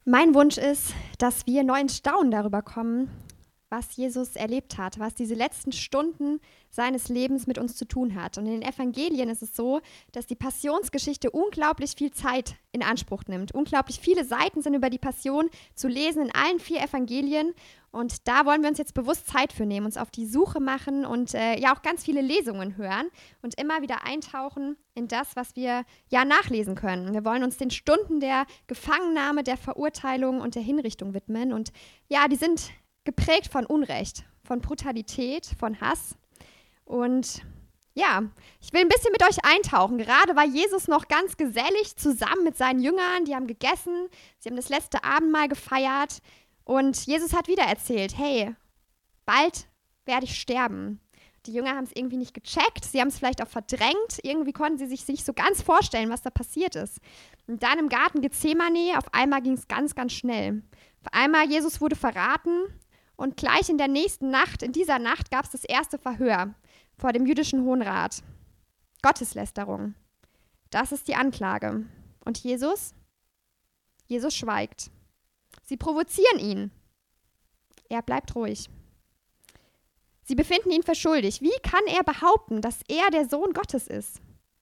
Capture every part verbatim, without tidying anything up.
Mein Wunsch ist, dass wir neu ins Staunen darüber kommen, was Jesus erlebt hat, was diese letzten Stunden seines Lebens mit uns zu tun hat. Und in den Evangelien ist es so, dass die Passionsgeschichte unglaublich viel Zeit in Anspruch nimmt. Unglaublich viele Seiten sind über die Passion zu lesen in allen vier Evangelien. Und da wollen wir uns jetzt bewusst Zeit für nehmen, uns auf die Suche machen und äh, ja auch ganz viele Lesungen hören und immer wieder eintauchen in das, was wir ja nachlesen können. Wir wollen uns den Stunden der Gefangennahme, der Verurteilung und der Hinrichtung widmen. Und ja, die sind geprägt von Unrecht, von Brutalität, von Hass. Und ja, ich will ein bisschen mit euch eintauchen. Gerade war Jesus noch ganz gesellig zusammen mit seinen Jüngern. Die haben gegessen, sie haben das letzte Abendmahl gefeiert. Und Jesus hat wieder erzählt, hey, bald werde ich sterben. Die Jünger haben es irgendwie nicht gecheckt, sie haben es vielleicht auch verdrängt. Irgendwie konnten sie sich nicht so ganz vorstellen, was da passiert ist. Und dann im Garten Gethsemane, auf einmal ging es ganz, ganz schnell. Auf einmal, Jesus wurde verraten. Und gleich in der nächsten Nacht, in dieser Nacht, gab es das erste Verhör vor dem jüdischen Hohen Rat. Gotteslästerung. Das ist die Anklage. Und Jesus? Jesus schweigt. Sie provozieren ihn. Er bleibt ruhig. Sie befinden ihn für schuldig. Wie kann er behaupten, dass er der Sohn Gottes ist?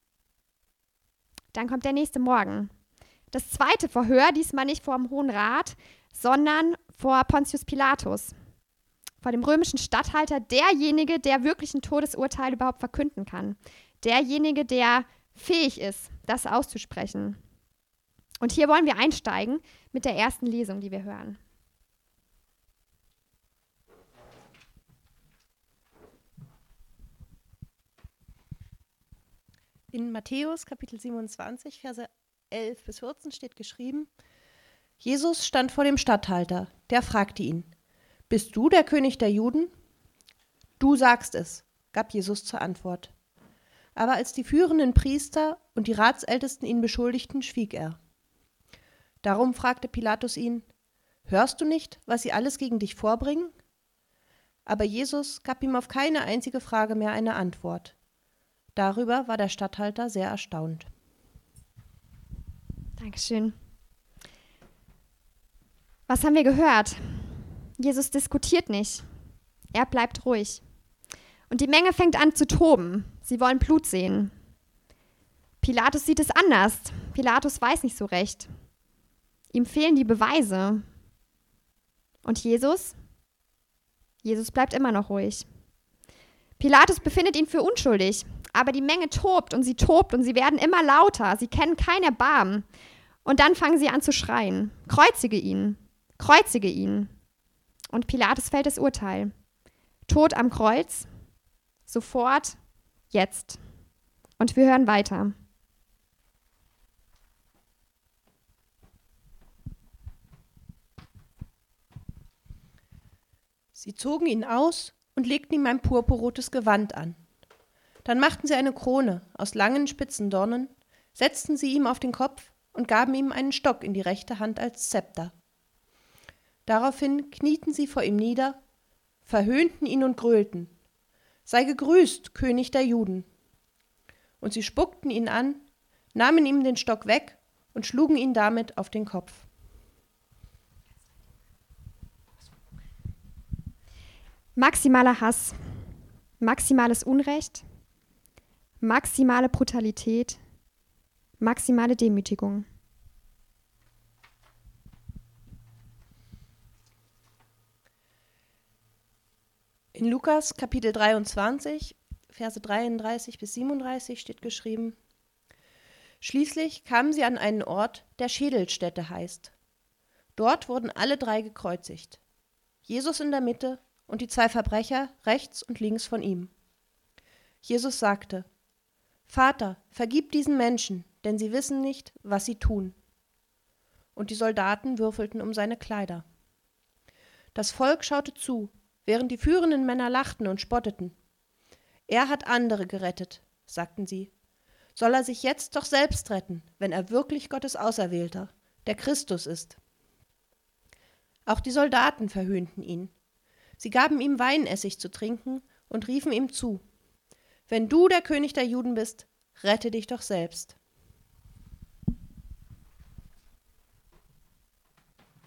Dann kommt der nächste Morgen. Das zweite Verhör, diesmal nicht vor dem Hohen Rat, sondern vor Pontius Pilatus, vor dem römischen Statthalter, derjenige, der wirklich ein Todesurteil überhaupt verkünden kann, derjenige, der fähig ist, das auszusprechen. Und hier wollen wir einsteigen mit der ersten Lesung, die wir hören. In Matthäus Kapitel siebenundzwanzig, Verse elf bis vierzehn steht geschrieben: Jesus stand vor dem Statthalter, der fragte ihn: Bist du der König der Juden? Du sagst es, gab Jesus zur Antwort. Aber als die führenden Priester und die Ratsältesten ihn beschuldigten, schwieg er. Darum fragte Pilatus ihn: Hörst du nicht, was sie alles gegen dich vorbringen? Aber Jesus gab ihm auf keine einzige Frage mehr eine Antwort. Darüber war der Statthalter sehr erstaunt. Dankeschön. Was haben wir gehört? Jesus diskutiert nicht. Er bleibt ruhig. Und die Menge fängt an zu toben. Sie wollen Blut sehen. Pilatus sieht es anders. Pilatus weiß nicht so recht. Ihm fehlen die Beweise. Und Jesus? Jesus bleibt immer noch ruhig. Pilatus befindet ihn für unschuldig. Aber die Menge tobt und sie tobt und sie werden immer lauter. Sie kennen kein Erbarmen. Und dann fangen sie an zu schreien. Kreuzige ihn. Kreuzige ihn. Und Pilatus fällt das Urteil. Tod am Kreuz. Sofort. Jetzt. Und wir hören weiter. Sie zogen ihn aus und legten ihm ein purpurrotes Gewand an. Dann machten sie eine Krone aus langen spitzen Dornen, setzten sie ihm auf den Kopf und gaben ihm einen Stock in die rechte Hand als Zepter. Daraufhin knieten sie vor ihm nieder, verhöhnten ihn und gröhlten: Sei gegrüßt, König der Juden! Und sie spuckten ihn an, nahmen ihm den Stock weg und schlugen ihn damit auf den Kopf. Maximaler Hass, maximales Unrecht, maximale Brutalität, maximale Demütigung. In Lukas Kapitel dreiundzwanzig, Verse dreiunddreißig bis siebenunddreißig steht geschrieben: Schließlich kamen sie an einen Ort, der Schädelstätte heißt. Dort wurden alle drei gekreuzigt. Jesus in der Mitte und die zwei Verbrecher rechts und links von ihm. Jesus sagte: Vater, vergib diesen Menschen, denn sie wissen nicht, was sie tun. Und die Soldaten würfelten um seine Kleider. Das Volk schaute zu, während die führenden Männer lachten und spotteten. Er hat andere gerettet, sagten sie. Soll er sich jetzt doch selbst retten, wenn er wirklich Gottes Auserwählter, der Christus ist? Auch die Soldaten verhöhnten ihn. Sie gaben ihm Weinessig zu trinken und riefen ihm zu: Wenn du der König der Juden bist, rette dich doch selbst.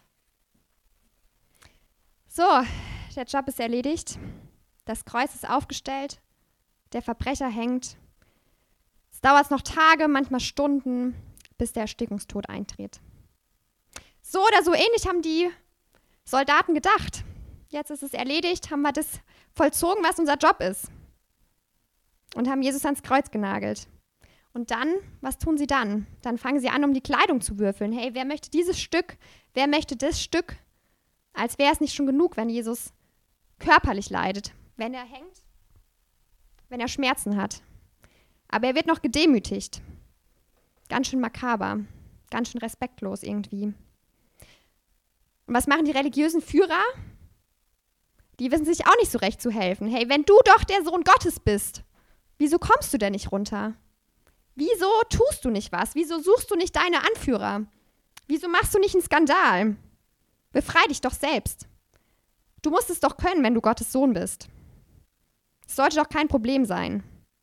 So, der Job ist erledigt. Das Kreuz ist aufgestellt. Der Verbrecher hängt. Es dauert noch Tage, manchmal Stunden, bis der Erstickungstod eintritt. So oder so ähnlich haben die Soldaten gedacht. Jetzt ist es erledigt, haben wir das vollzogen, was unser Job ist. Und haben Jesus ans Kreuz genagelt. Und dann, was tun sie dann? Dann fangen sie an, um die Kleidung zu würfeln. Hey, wer möchte dieses Stück? Wer möchte das Stück? Als wäre es nicht schon genug, wenn Jesus körperlich leidet, wenn er hängt, wenn er Schmerzen hat. Aber er wird noch gedemütigt. Ganz schön makaber, ganz schön respektlos irgendwie. Und was machen die religiösen Führer? Die wissen sich auch nicht so recht zu helfen. Hey, wenn du doch der Sohn Gottes bist, wieso kommst du denn nicht runter? Wieso tust du nicht was? Wieso suchst du nicht deine Anführer? Wieso machst du nicht einen Skandal? Befrei dich doch selbst. Du musst es doch können, wenn du Gottes Sohn bist. Es sollte doch kein Problem sein.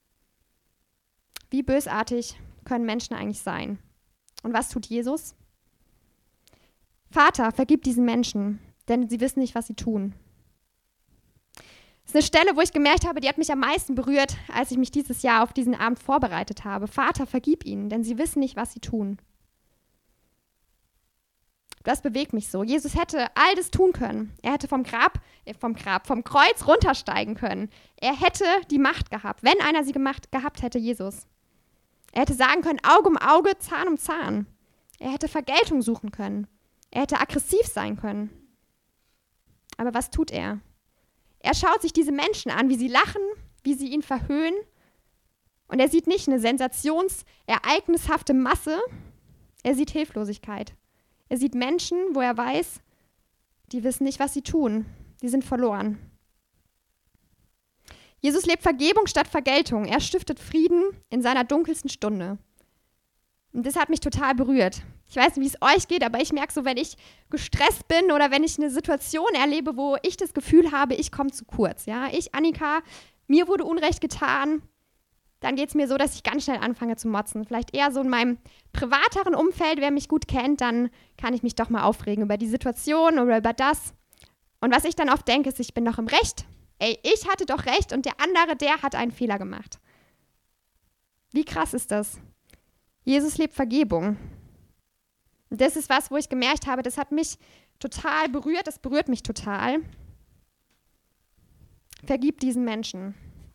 Wie bösartig können Menschen eigentlich sein? Und was tut Jesus? Vater, vergib diesen Menschen, denn sie wissen nicht, was sie tun. Das ist eine Stelle, wo ich gemerkt habe, die hat mich am meisten berührt, als ich mich dieses Jahr auf diesen Abend vorbereitet habe. Vater, vergib ihnen, denn sie wissen nicht, was sie tun. Das bewegt mich so. Jesus hätte all das tun können. Er hätte vom Grab, äh, vom Grab, vom Kreuz runtersteigen können. Er hätte die Macht gehabt, wenn einer sie gemacht, gehabt hätte, Jesus. Er hätte sagen können, Auge um Auge, Zahn um Zahn. Er hätte Vergeltung suchen können. Er hätte aggressiv sein können. Aber was tut er? Er schaut sich diese Menschen an, wie sie lachen, wie sie ihn verhöhnen. Und er sieht nicht eine sensationsereignishafte Masse. Er sieht Hilflosigkeit. Er sieht Menschen, wo er weiß, die wissen nicht, was sie tun. Die sind verloren. Jesus lebt Vergebung statt Vergeltung. Er stiftet Frieden in seiner dunkelsten Stunde. Und das hat mich total berührt. Ich weiß nicht, wie es euch geht, aber ich merke so, wenn ich gestresst bin oder wenn ich eine Situation erlebe, wo ich das Gefühl habe, ich komme zu kurz. Ja? Ich, Annika, mir wurde Unrecht getan. Dann geht es mir so, dass ich ganz schnell anfange zu motzen. Vielleicht eher so in meinem privateren Umfeld, wer mich gut kennt, dann kann ich mich doch mal aufregen über die Situation oder über das. Und was ich dann oft denke, ist, ich bin doch im Recht. Ey, ich hatte doch recht und der andere, der hat einen Fehler gemacht. Wie krass ist das? Jesus lebt Vergebung. Und das ist was, wo ich gemerkt habe, das hat mich total berührt, das berührt mich total. Vergib diesen Menschen.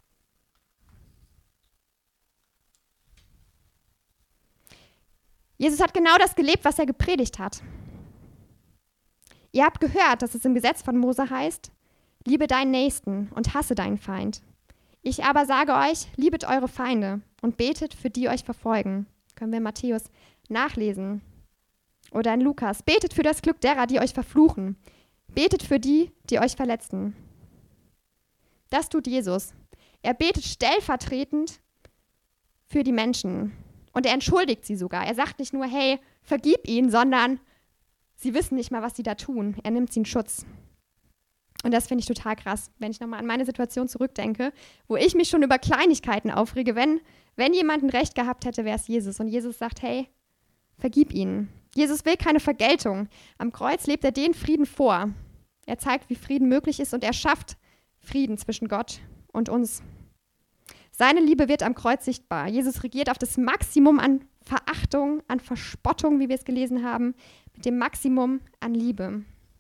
Jesus hat genau das gelebt, was er gepredigt hat. Ihr habt gehört, dass es im Gesetz von Mose heißt, liebe deinen Nächsten und hasse deinen Feind. Ich aber sage euch, liebet eure Feinde und betet für die euch verfolgen. Können wir in Matthäus nachlesen. Oder in Lukas. Betet für das Glück derer, die euch verfluchen. Betet für die, die euch verletzen. Das tut Jesus. Er betet stellvertretend für die Menschen. Und er entschuldigt sie sogar. Er sagt nicht nur, hey, vergib ihnen, sondern sie wissen nicht mal, was sie da tun. Er nimmt sie in Schutz. Und das finde ich total krass, wenn ich nochmal an meine Situation zurückdenke, wo ich mich schon über Kleinigkeiten aufrege. Wenn, wenn jemand ein Recht gehabt hätte, wäre es Jesus. Und Jesus sagt, hey, vergib ihnen. Jesus will keine Vergeltung. Am Kreuz lebt er den Frieden vor. Er zeigt, wie Frieden möglich ist und er schafft Frieden zwischen Gott und uns. Seine Liebe wird am Kreuz sichtbar. Jesus regiert auf das Maximum an Verachtung, an Verspottung, wie wir es gelesen haben, mit dem Maximum an Liebe.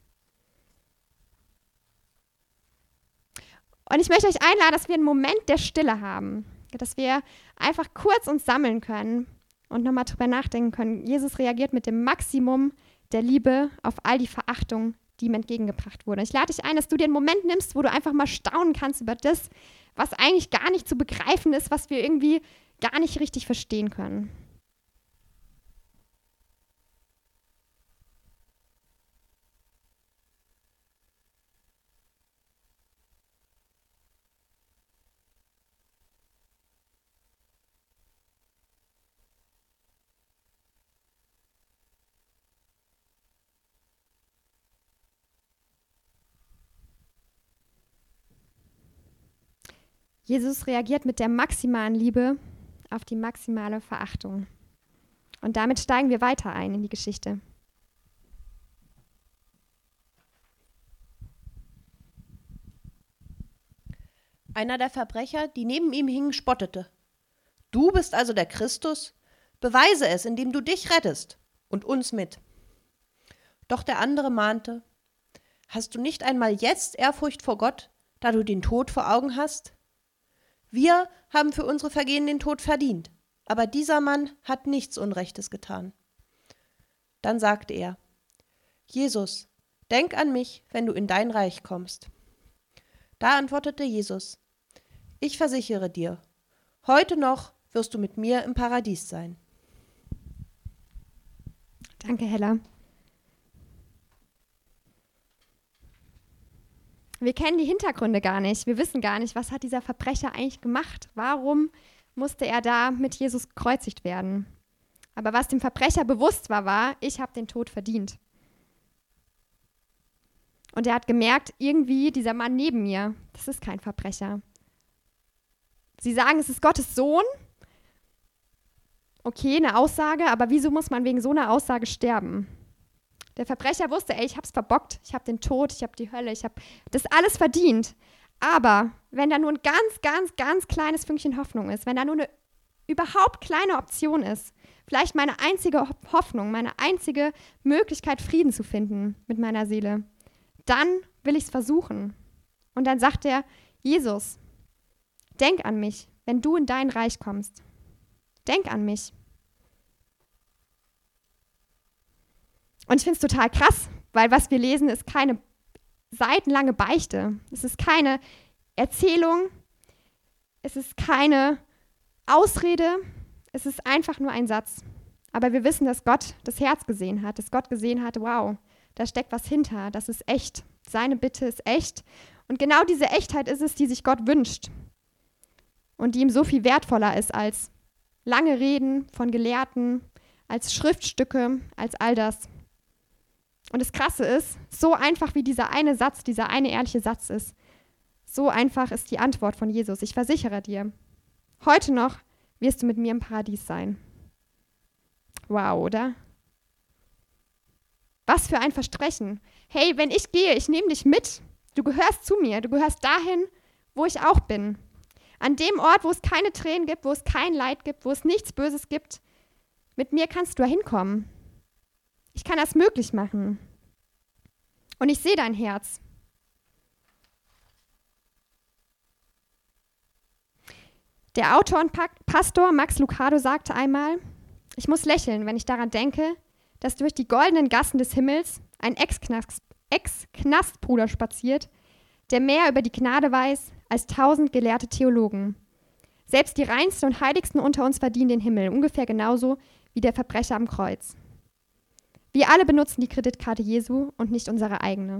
Und ich möchte euch einladen, dass wir einen Moment der Stille haben, dass wir einfach kurz uns sammeln können und nochmal drüber nachdenken können. Jesus reagiert mit dem Maximum der Liebe auf all die Verachtung, die ihm entgegengebracht wurde. Ich lade dich ein, dass du dir einen Moment nimmst, wo du einfach mal staunen kannst über das, was eigentlich gar nicht zu begreifen ist, was wir irgendwie gar nicht richtig verstehen können. Jesus reagiert mit der maximalen Liebe auf die maximale Verachtung. Und damit steigen wir weiter ein in die Geschichte. Einer der Verbrecher, die neben ihm hingen, spottete. Du bist also der Christus? Beweise es, indem du dich rettest und uns mit. Doch der andere mahnte, hast du nicht einmal jetzt Ehrfurcht vor Gott, da du den Tod vor Augen hast? Wir haben für unsere Vergehen den Tod verdient, aber dieser Mann hat nichts Unrechtes getan. Dann sagte er, Jesus, denk an mich, wenn du in dein Reich kommst. Da antwortete Jesus, ich versichere dir, heute noch wirst du mit mir im Paradies sein. Danke, Hella. Wir kennen die Hintergründe gar nicht. Wir wissen gar nicht, was hat dieser Verbrecher eigentlich gemacht? Warum musste er da mit Jesus gekreuzigt werden? Aber was dem Verbrecher bewusst war, war, ich habe den Tod verdient. Und er hat gemerkt, irgendwie dieser Mann neben mir, das ist kein Verbrecher. Sie sagen, es ist Gottes Sohn. Okay, eine Aussage, aber wieso muss man wegen so einer Aussage sterben? Der Verbrecher wusste, ey, ich hab's verbockt, ich hab den Tod, ich hab die Hölle, ich hab das alles verdient. Aber wenn da nur ein ganz, ganz, ganz kleines Fünkchen Hoffnung ist, wenn da nur eine überhaupt kleine Option ist, vielleicht meine einzige Hoffnung, meine einzige Möglichkeit, Frieden zu finden mit meiner Seele, dann will ich es versuchen. Und dann sagt er, Jesus, denk an mich, wenn du in dein Reich kommst. Denk an mich. Und ich finde es total krass, weil was wir lesen, ist keine seitenlange Beichte. Es ist keine Erzählung. Es ist keine Ausrede. Es ist einfach nur ein Satz. Aber wir wissen, dass Gott das Herz gesehen hat, dass Gott gesehen hat, wow, da steckt was hinter, das ist echt. Seine Bitte ist echt. Und genau diese Echtheit ist es, die sich Gott wünscht. Und die ihm so viel wertvoller ist als lange Reden von Gelehrten, als Schriftstücke, als all das. Und das Krasse ist, so einfach wie dieser eine Satz, dieser eine ehrliche Satz ist, so einfach ist die Antwort von Jesus. Ich versichere dir, heute noch wirst du mit mir im Paradies sein. Wow, oder? Was für ein Versprechen. Hey, wenn ich gehe, ich nehme dich mit. Du gehörst zu mir, du gehörst dahin, wo ich auch bin. An dem Ort, wo es keine Tränen gibt, wo es kein Leid gibt, wo es nichts Böses gibt. Mit mir kannst du da hinkommen. Ich kann das möglich machen. Und ich sehe dein Herz. Der Autor und pa- Pastor Max Lucado sagte einmal, ich muss lächeln, wenn ich daran denke, dass durch die goldenen Gassen des Himmels ein Ex-Knast- Ex-Knastbruder spaziert, der mehr über die Gnade weiß als tausend gelehrte Theologen. Selbst die reinsten und heiligsten unter uns verdienen den Himmel, ungefähr genauso wie der Verbrecher am Kreuz. Wir alle benutzen die Kreditkarte Jesu und nicht unsere eigene.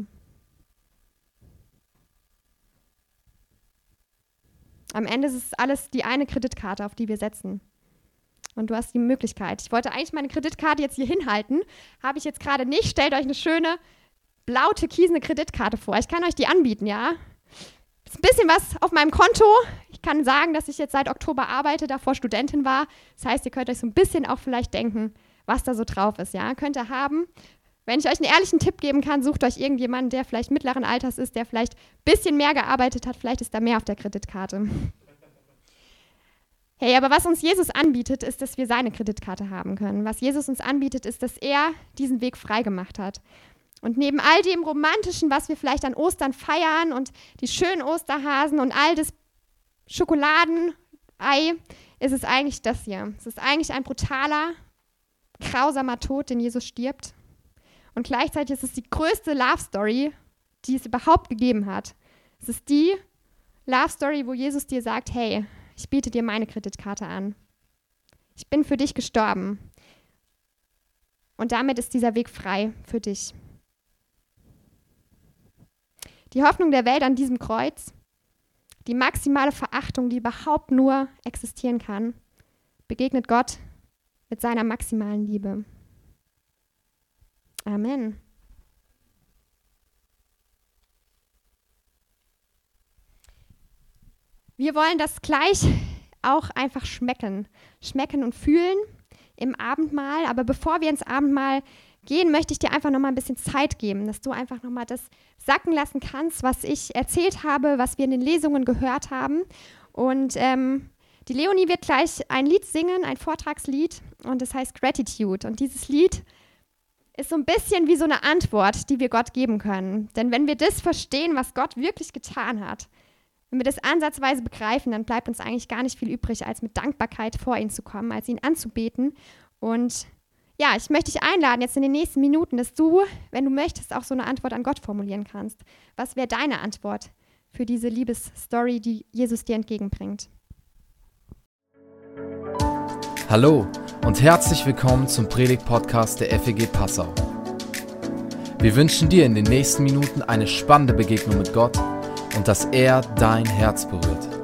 Am Ende ist es alles die eine Kreditkarte, auf die wir setzen. Und du hast die Möglichkeit. Ich wollte eigentlich meine Kreditkarte jetzt hier hinhalten, habe ich jetzt gerade nicht. Stellt euch eine schöne, blau-türkisene Kreditkarte vor. Ich kann euch die anbieten, ja? Ist ein bisschen was auf meinem Konto. Ich kann sagen, dass ich jetzt seit Oktober arbeite, davor Studentin war. Das heißt, ihr könnt euch so ein bisschen auch vielleicht denken, was da so drauf ist, ja? Könnt ihr haben. Wenn ich euch einen ehrlichen Tipp geben kann, sucht euch irgendjemanden, der vielleicht mittleren Alters ist, der vielleicht ein bisschen mehr gearbeitet hat. Vielleicht ist da mehr auf der Kreditkarte. Hey, aber was uns Jesus anbietet, ist, dass wir seine Kreditkarte haben können. Was Jesus uns anbietet, ist, dass er diesen Weg freigemacht hat. Und neben all dem Romantischen, was wir vielleicht an Ostern feiern und die schönen Osterhasen und all das Schokoladenei, ist es eigentlich das hier. Es ist eigentlich ein brutaler, grausamer Tod, den Jesus stirbt. Und gleichzeitig ist es die größte Love-Story, die es überhaupt gegeben hat. Es ist die Love-Story, wo Jesus dir sagt, hey, ich biete dir meine Kreditkarte an. Ich bin für dich gestorben. Und damit ist dieser Weg frei für dich. Die Hoffnung der Welt an diesem Kreuz, die maximale Verachtung, die überhaupt nur existieren kann, begegnet Gott mit seiner maximalen Liebe. Amen. Wir wollen das gleich auch einfach schmecken. Schmecken und fühlen im Abendmahl. Aber bevor wir ins Abendmahl gehen, möchte ich dir einfach nochmal ein bisschen Zeit geben, dass du einfach nochmal das sacken lassen kannst, was ich erzählt habe, was wir in den Lesungen gehört haben. Und ähm, die Leonie wird gleich ein Lied singen, ein Vortragslied, und das heißt Gratitude. Und dieses Lied ist so ein bisschen wie so eine Antwort, die wir Gott geben können. Denn wenn wir das verstehen, was Gott wirklich getan hat, wenn wir das ansatzweise begreifen, dann bleibt uns eigentlich gar nicht viel übrig, als mit Dankbarkeit vor ihn zu kommen, als ihn anzubeten. Und ja, ich möchte dich einladen, jetzt in den nächsten Minuten, dass du, wenn du möchtest, auch so eine Antwort an Gott formulieren kannst. Was wäre deine Antwort für diese Liebesstory, die Jesus dir entgegenbringt? Hallo und herzlich willkommen zum Predigt-Podcast der F E G Passau. Wir wünschen dir in den nächsten Minuten eine spannende Begegnung mit Gott und dass er dein Herz berührt.